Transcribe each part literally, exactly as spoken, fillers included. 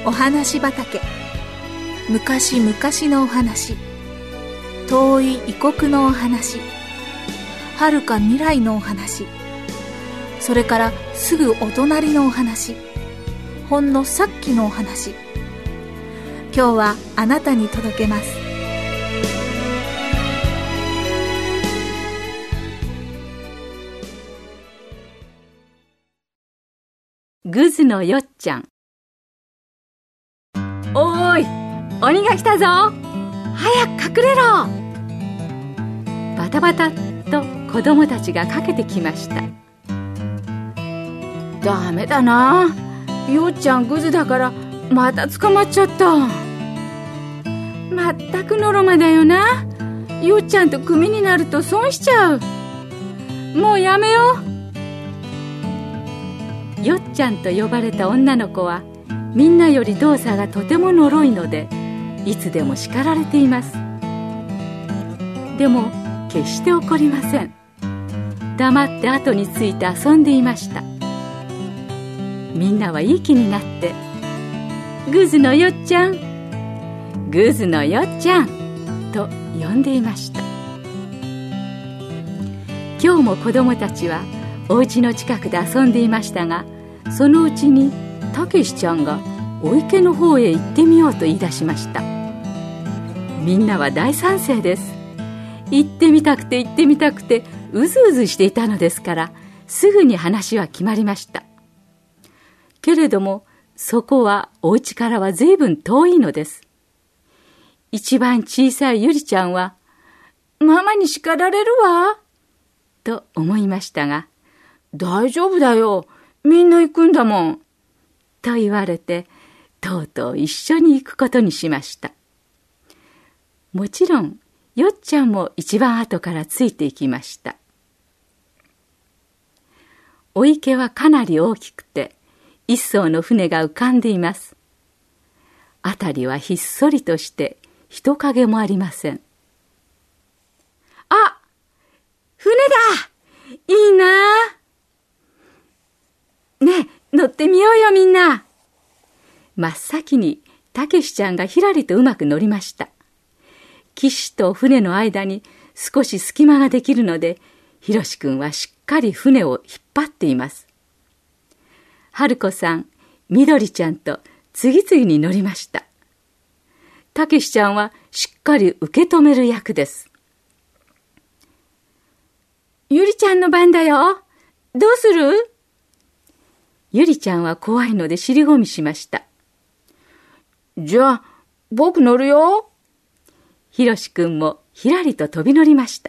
お話畑。昔々のお話、遠い異国のお話、遥か未来のお話、それからすぐお隣のお話、ほんのさっきのお話。今日はあなたに届けます。 グズのよっちゃん。おーい、鬼が来たぞ、早く隠れろ。バタバタと子供たちがかけてきました。ダメだな、よっちゃんグズだからまた捕まっちゃった。まったくのろまだよな。よっちゃんと組になると損しちゃう。もうやめよう。よっちゃんと呼ばれた女の子はみんなより動作がとてものろいので、いつでも叱られています。でも決して怒りません。黙って後について遊んでいました。みんなはいい気になって、グズのよっちゃん、グズのよっちゃんと呼んでいました。今日も子供たちはお家の近くで遊んでいましたが、そのうちにたけしちゃんがお池の方へ行ってみようと言い出しました。みんなは大賛成です。行ってみたくて行ってみたくてうずうずしていたのですから、すぐに話は決まりました。けれどもそこはお家からはずいぶん遠いのです。一番小さいゆりちゃんは、ママに叱られるわと思いましたが、大丈夫だよ、みんな行くんだもんと言われて、とうとう一緒に行くことにしました。もちろんよっちゃんも一番後からついていきました。お池はかなり大きくて、一艘の船が浮かんでいます。あたりはひっそりとして人影もありません。あ、船だ、いいな。ねえ、乗ってみようよみんな。真っ先にたけしちゃんがひらりとうまく乗りました。岸と船の間に少し隙間ができるので、ひろしくんはしっかり船を引っ張っています。春子さん、みどりちゃんと次々に乗りました。たけしちゃんはしっかり受け止める役です。ゆりちゃんの番だよ、どうする？ゆりちゃんは怖いので尻込みしました。じゃあ僕乗るよ。ひろしくんもひらりと飛び乗りました。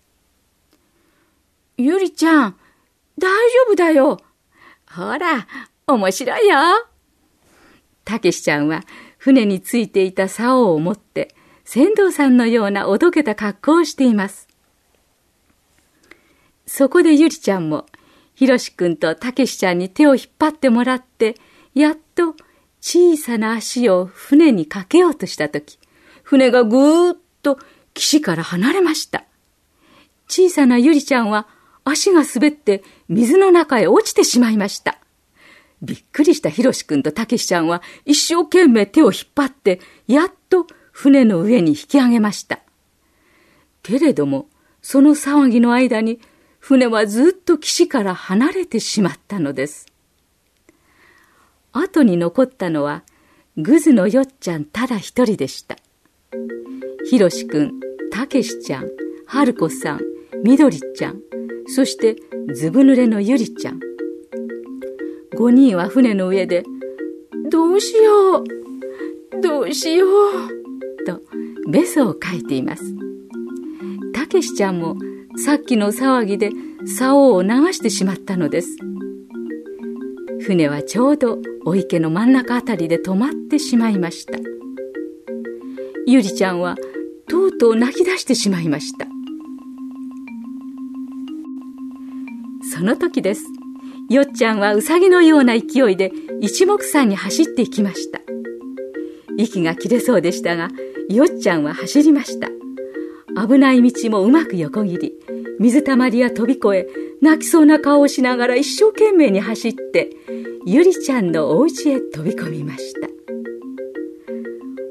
ゆりちゃん、大丈夫だよ。ほら、面白いよ。たけしちゃんは船についていた竿を持って船頭さんのようなおどけた格好をしています。そこでゆりちゃんもひろしくんとたけしちゃんに手を引っ張ってもらって、やっと小さな足を船にかけようとしたとき、船がぐーっと岸から離れました。小さなゆりちゃんは足が滑って水の中へ落ちてしまいました。びっくりしたひろしくんとたけしちゃんは一生懸命手を引っ張って、やっと船の上に引き上げました。けれどもその騒ぎの間に船はずっと岸から離れてしまったのです。後に残ったのはグズのよっちゃんただ一人でした。ひろしくん、たけしちゃん、はるこさん、みどりちゃん、そしてずぶ濡れのゆりちゃん。ごにんは船の上で、どうしよう、どうしようとべそをかいています。たけしちゃんもさっきの騒ぎで竿を流してしまったのです。船はちょうどお池の真ん中あたりで止まってしまいました。ゆりちゃんはとうとう泣き出してしまいました。その時です。よっちゃんはうさぎのような勢いで一目散に走っていきました。息が切れそうでしたが、よっちゃんは走りました。危ない道もうまく横切り、水たまりや飛び越え、泣きそうな顔をしながら一生懸命に走って、ゆりちゃんのお家へ飛び込みました。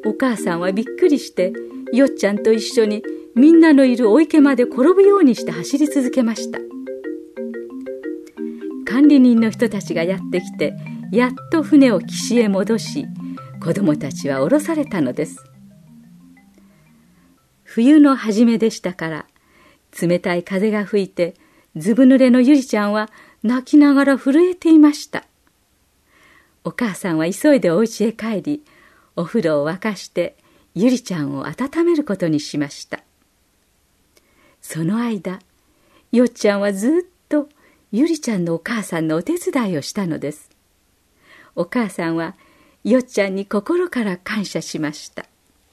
お母さんはびっくりして、よっちゃんと一緒にみんなのいるお池まで転ぶようにして走り続けました。管理人の人たちがやってきて、やっと船を岸へ戻し、子供たちは降ろされたのです。冬の初めでしたから、冷たい風が吹いて、ずぶ濡れのゆりちゃんは泣きながら震えていました。お母さんは急いでお家へ帰り、お風呂を沸かしてゆりちゃんを温めることにしました。その間、よっちゃんはずっとゆりちゃんのお母さんのお手伝いをしたのです。お母さんはよっちゃんに心から感謝しました。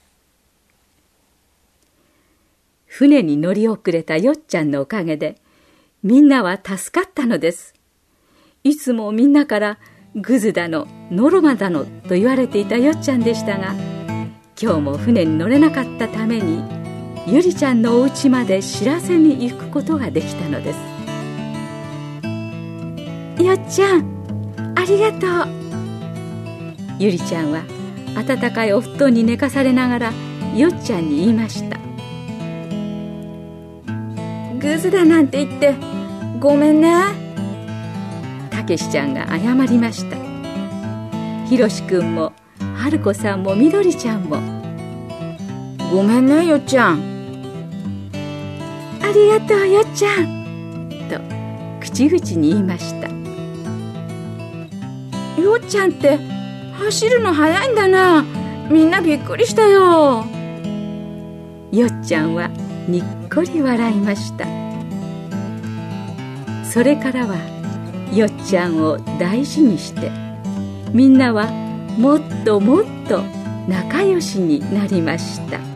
船に乗り遅れたよっちゃんのおかげで、みんなは助かったのです。いつもみんなからグズだの、ノロマだのと言われていたよっちゃんでしたが、今日も船に乗れなかったために、ゆりちゃんのお家まで知らせに行くことができたのです。よっちゃん、ありがとう。ゆりちゃんは温かいお布団に寝かされながらよっちゃんに言いました。 グズだなんて言ってごめんね。 たけしちゃんが謝りました。ひろしくんもはるこさんもみどりちゃんも、 ごめんねよっちゃん。 ありがとうよっちゃんと口々に言いました。 よっちゃんって走るの速いんだな。みんなびっくりしたよ。 よっちゃんはにっこり笑いました。それからはよっちゃんを大事にして、みんなはもっともっと仲良しになりました。